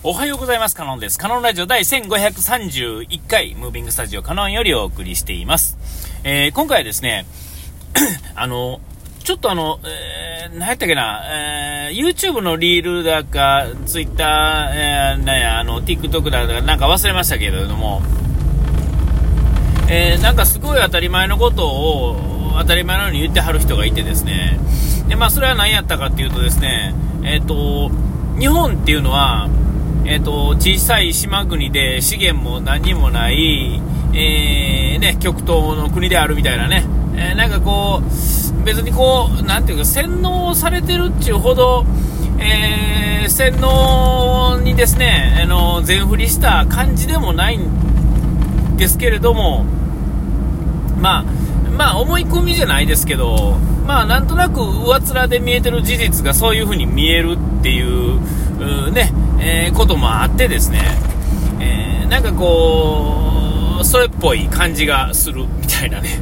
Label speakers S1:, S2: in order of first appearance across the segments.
S1: おはようございます。カノンです。カノンラジオ第1531回ムービングスタジオカノンよりお送りしています。今回はですねちょっと何やったっけな、YouTube のリールだか Twitter、TikTok だかなんか忘れましたけれども、なんかすごい当たり前のことを当たり前のように言ってはる人がいてですね、でそれは何やったかっていうとですね、日本っていうのは小さい島国で資源も何もない、極東の国であるみたいなね、なんかこう別にこうなんていうか洗脳されてるっていうほど、洗脳にですね全振りした感じでもないんですけれども、まあ思い込みじゃないですけど、なんとなく上っ面で見えてる事実がそういう風に見えるっていうこともあってですね、なんかこうそれっぽい感じがするみたいなね、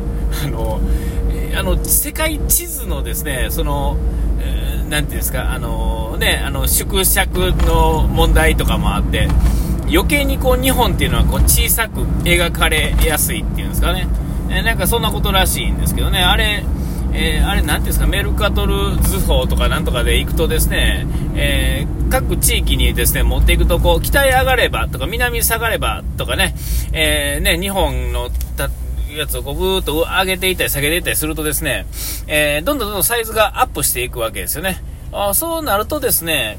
S1: 世界地図のですねなんていうんですか縮尺の問題とかもあって、余計にこう日本っていうのはこう小さく描かれやすいっていうんですかね、なんかそんなことらしいんですけどね、あれなんていうんですか、メルカトル図法とかなんとかで行くとですね、各地域にですね持っていくとこう北へ上がればとか南に下がればとかね、日本のやつをこうぐーっと上げていったり下げていったりするとですね、どんどんサイズがアップしていくわけですよね。そうなるとですね、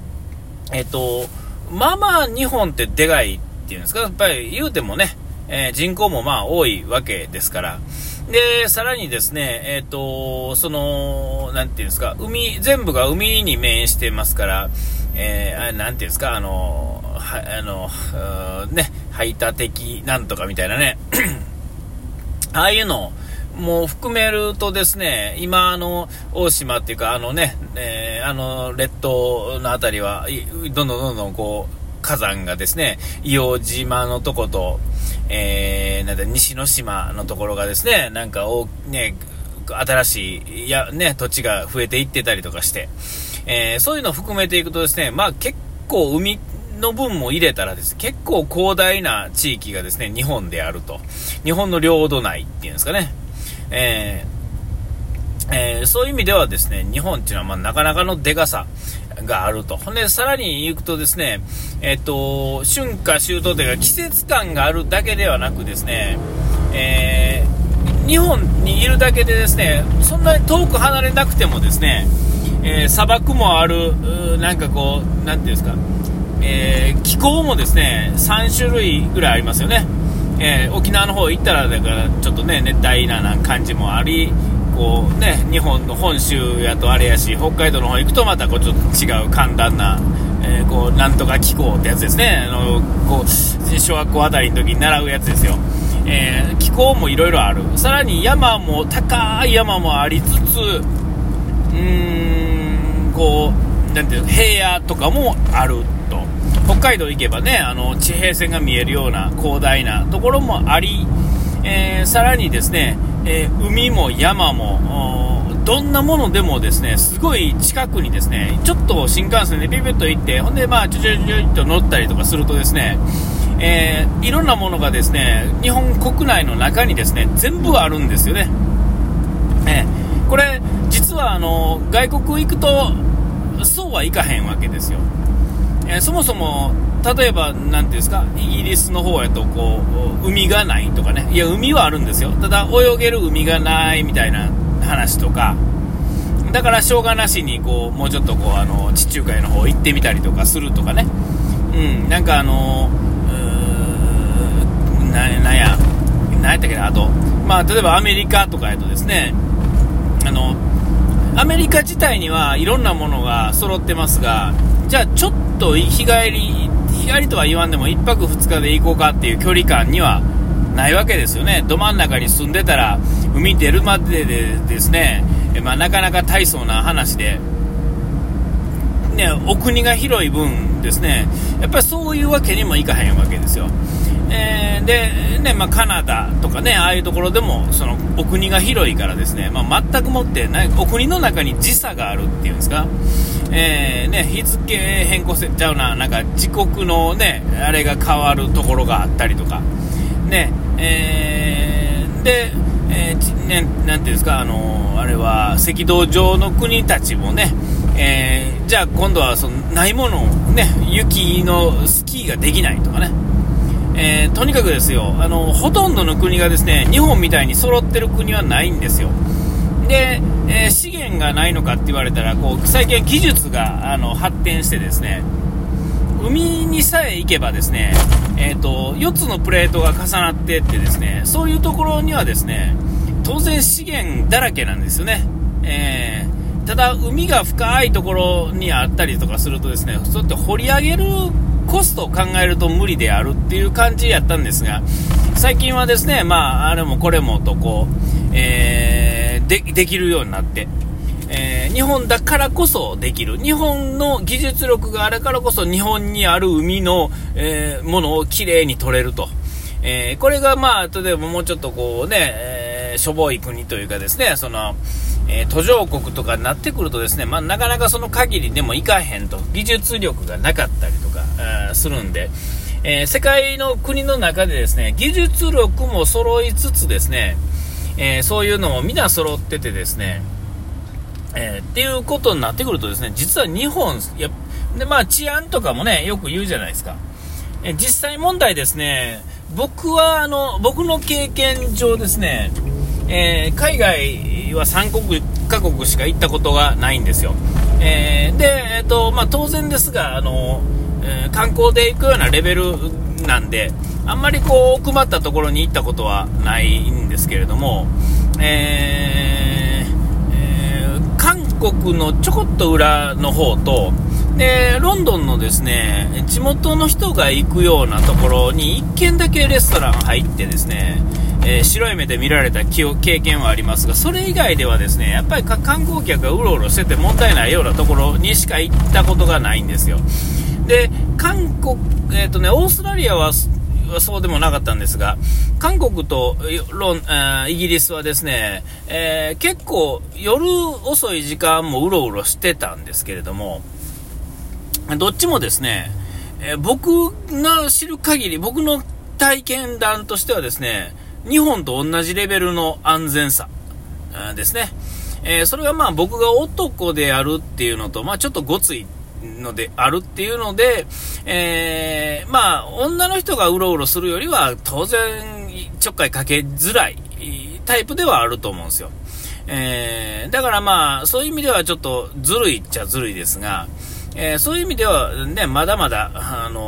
S1: 日本ってでかいっていうんですか、やっぱり言うてもね、人口も多いわけですから。でさらにですね、なんていうんですか、全部が海に面してますから、なんていうんですか、排他的なんとかみたいなねああいうのもう含めるとですね、今大島っていうか列島のあたりはどんどんこう火山がですね、硫黄島のとこと、西之島のところがですね、なんか新しい土地が増えていってたりとかして、そういうのを含めていくとですね、結構海の分も入れたらですね、結構広大な地域がですね日本であると、日本の領土内っていうんですかね、そういう意味ではですね、日本っていうのはなかなかのでかさがあると。ほんでさらに言うとですね、春夏秋冬というか季節感があるだけではなくですね、日本にいるだけでですね、そんなに遠く離れなくてもですね、砂漠もある、なんかこうなんていうんですか、気候もですね3種類ぐらいありますよね。沖縄の方行ったらだからちょっとね熱帯な感じもあり、こうね日本の本州やとあれやし、北海道の方行くとまたこうちょっと違う寒暖な、こうなんとか気候ってやつですね。こう小学校あたりの時に習うやつですよ。気候もいろいろある。さらに山も高い山もありつつ、こうなんていう平野とかもあると。北海道行けばね地平線が見えるような広大なところもあり、さらにですね、海も山もどんなものでもですねすごい近くにですね、ちょっと新幹線でビビッと行って、ほんでちょいと乗ったりとかするとですね、いろんなものがですね日本国内の中にですね全部あるんですよね。これ実は外国行くとそうはいかへんわけですよ。そもそも例えばなんていうんですか、イギリスの方やとこう海がないとかね、いや海はあるんですよ、ただ泳げる海がないみたいな話とか、だからしょうがなしにこうもうちょっとこう地中海の方行ってみたりとかするとかね、なんかなんやったっけな、あと例えばアメリカとかやとですね、アメリカ自体にはいろんなものが揃ってますが、じゃあちょっと日帰りとは言わんでも1泊2日で行こうかっていう距離感にはないわけですよね。ど真ん中に住んでたら海出るまででですね、なかなか大層な話で、お国が広い分ですね、やっぱりそういうわけにもいかへんわけですよ。 でね、カナダとかね、ああいうところでもそのお国が広いからですね、全くもってお国の中に時差があるっていうんですか、日付変更せちゃうな、なんか時刻のねあれが変わるところがあったりとかね、で、なんていうんですか、あれは赤道上の国たちもね、じゃあ今度はそのないものをね、雪のスキーができないとかね、とにかくですよ、ほとんどの国がですね、日本みたいに揃ってる国はないんですよ。で、資源がないのかって言われたら、最近は技術が発展してですね、海にさえ行けばですね、4つのプレートが重なってってですね、そういうところにはですね、当然資源だらけなんですよね。ただ海が深いところにあったりとかするとですね、そうやって掘り上げるコストを考えると無理であるっていう感じやったんですが、最近はですね、あれもこれもとできるようになって、日本だからこそできる、日本の技術力があるからこそ日本にある海の、ものをきれいに取れると、これが例えばもうちょっとしょぼい国というかですね、その途上国とかになってくるとですね、なかなかその限りでもいかへんと、技術力がなかったりとかするんで、世界の国の中でですね、技術力も揃いつつですね、そういうのもみんな揃っててですね、っていうことになってくるとですね、実は日本で、治安とかもねよく言うじゃないですか。実際問題ですね、僕は僕の経験上ですね、海外は3カ国しか行ったことがないんですよ。で、当然ですが観光で行くようなレベルなんで、あんまり奥まったところに行ったことはないんですけれども、韓国のちょこっと裏の方と、でロンドンのですね、地元の人が行くようなところに1軒だけレストラン入ってですね、白い目で見られた経験はありますが、それ以外ではですね、やっぱり観光客がうろうろしてて問題ないようなところにしか行ったことがないんですよ。で韓国、オーストラリアはそうでもなかったんですが、韓国とイギリスはですね、結構夜遅い時間もうろうろしてたんですけれども、どっちもですね、僕の知る限り、僕の体験談としてはですね、日本と同じレベルの安全さですね。それが僕が男であるっていうのと、ちょっとごついのであるっていうので、女の人がうろうろするよりは当然ちょっかいかけづらいタイプではあると思うんですよ。だからそういう意味ではちょっとずるいっちゃずるいですが、そういう意味ではね、まだまだ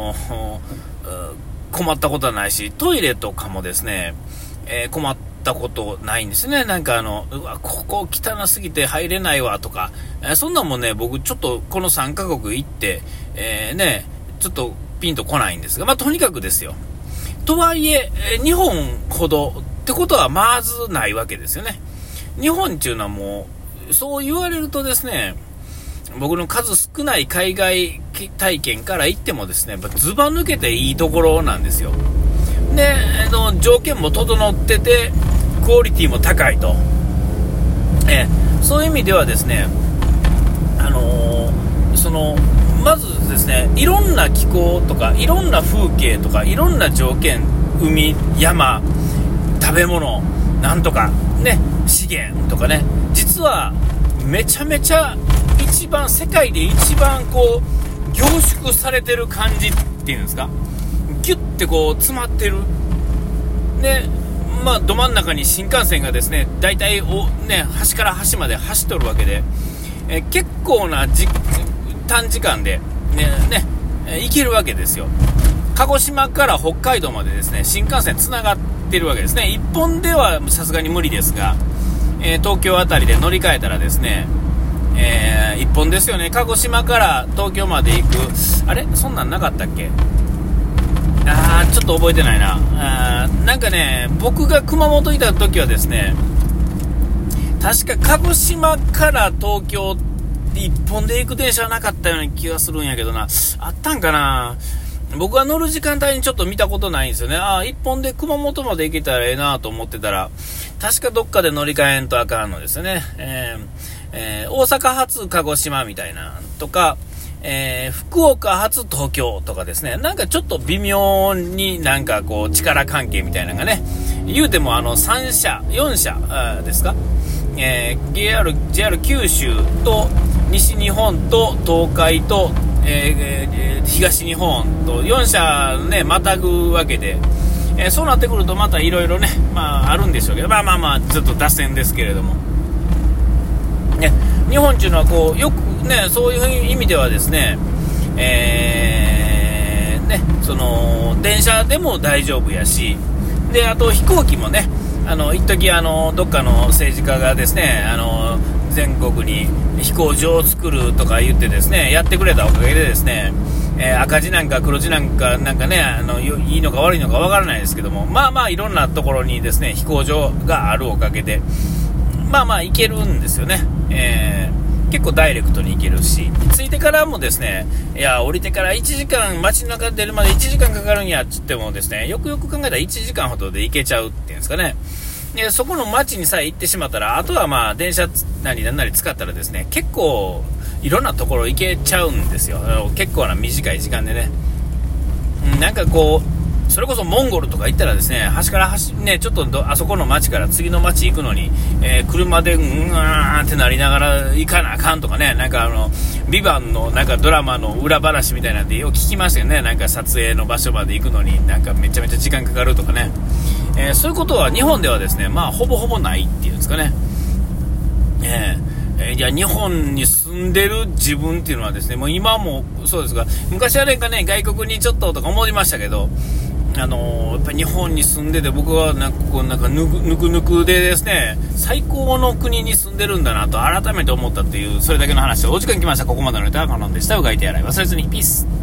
S1: 困ったことはないし、トイレとかもですね、困ったことないんですね。なんかうわ、ここ汚すぎて入れないわとか、そんなんもね、僕ちょっとこの3カ国行って、ちょっとピンとこないんですが、とにかくですよ。とはいえ、日本ほどってことはまずないわけですよね。日本っていうのはもう、そう言われるとですね、僕の数少ない海外体験から言ってもですね、やっぱズバ抜けていいところなんですよ。で、条件も整っててクオリティも高いと、そういう意味ではですね、まずですね、いろんな気候とかいろんな風景とかいろんな条件、海、山、食べ物なんとかね、資源とかね、実はめちゃめちゃ世界で一番凝縮されてる感じっていうんですか、ギュッて詰まってるで、ど真ん中に新幹線がですね、大体端から端まで走っとるわけで、結構な短時間で行けるわけですよ。鹿児島から北海道までですね、新幹線つながってるわけですね。一本ではさすがに無理ですが、東京あたりで乗り換えたらですね、一本ですよね。鹿児島から東京まで行く、あれそんなんなかったっけ、ちょっと覚えてないな。なんかね、僕が熊本いた時はですね、確か鹿児島から東京一本で行く電車はなかったような気がするんやけどな、あったんかな。 僕が乗る時間帯にちょっと見たことないんですよね。一本で熊本まで行けたらええなと思ってたら、確かどっかで乗り換えんとあかんのですよね。大阪発鹿児島みたいなとか、福岡発東京とかですね、なんかちょっと微妙になんかこう力関係みたいなのがね、言うても3社4社ですか、JR 九州と西日本と東海と、東日本と4社ねまたぐわけで、そうなってくるとまたいろいろね、あるんでしょうけど、ずっと脱線ですけれども、ね、日本っていうのはこうよくね、そういう意味ではですね、その電車でも大丈夫やし、であと飛行機もね、一時どっかの政治家がですね、全国に飛行場を作るとか言ってですね、やってくれたおかげでですね、赤字なんか黒字なんかね、いいのか悪いのかわからないですけども、いろんなところにですね飛行場があるおかげで行けるんですよね。結構ダイレクトに行けるし、着いてからもですね、降りてから1時間、街の中出るまで1時間かかるんやって言ってもですね、よくよく考えたら1時間ほどで行けちゃうっていうんですかね。でそこの街にさえ行ってしまったら、あとは電車なりなんなり使ったらですね、結構いろんなところ行けちゃうんですよ。結構な短い時間でね。なんかこうそれこそモンゴルとか行ったらですね、端から端ね、ちょっとあそこの街から次の街行くのに、車でってなりながら行かなあかんとかね、なんかビバンのなんかドラマの裏話みたいなんでよく聞きましたよね。なんか撮影の場所まで行くのになんかめちゃめちゃ時間かかるとかね、そういうことは日本ではですね、ほぼほぼないっていうんですかね。いや日本に住んでる自分っていうのはですね、もう今もそうですが、昔はね外国にちょっととか思いましたけど、やっぱり日本に住んでて、僕はなんかぬくぬくでですね、最高の国に住んでるんだなと改めて思ったっていう、それだけの話でお時間来ました。ここまでのネタはこのでした。うがいて洗い忘れずに。ピース。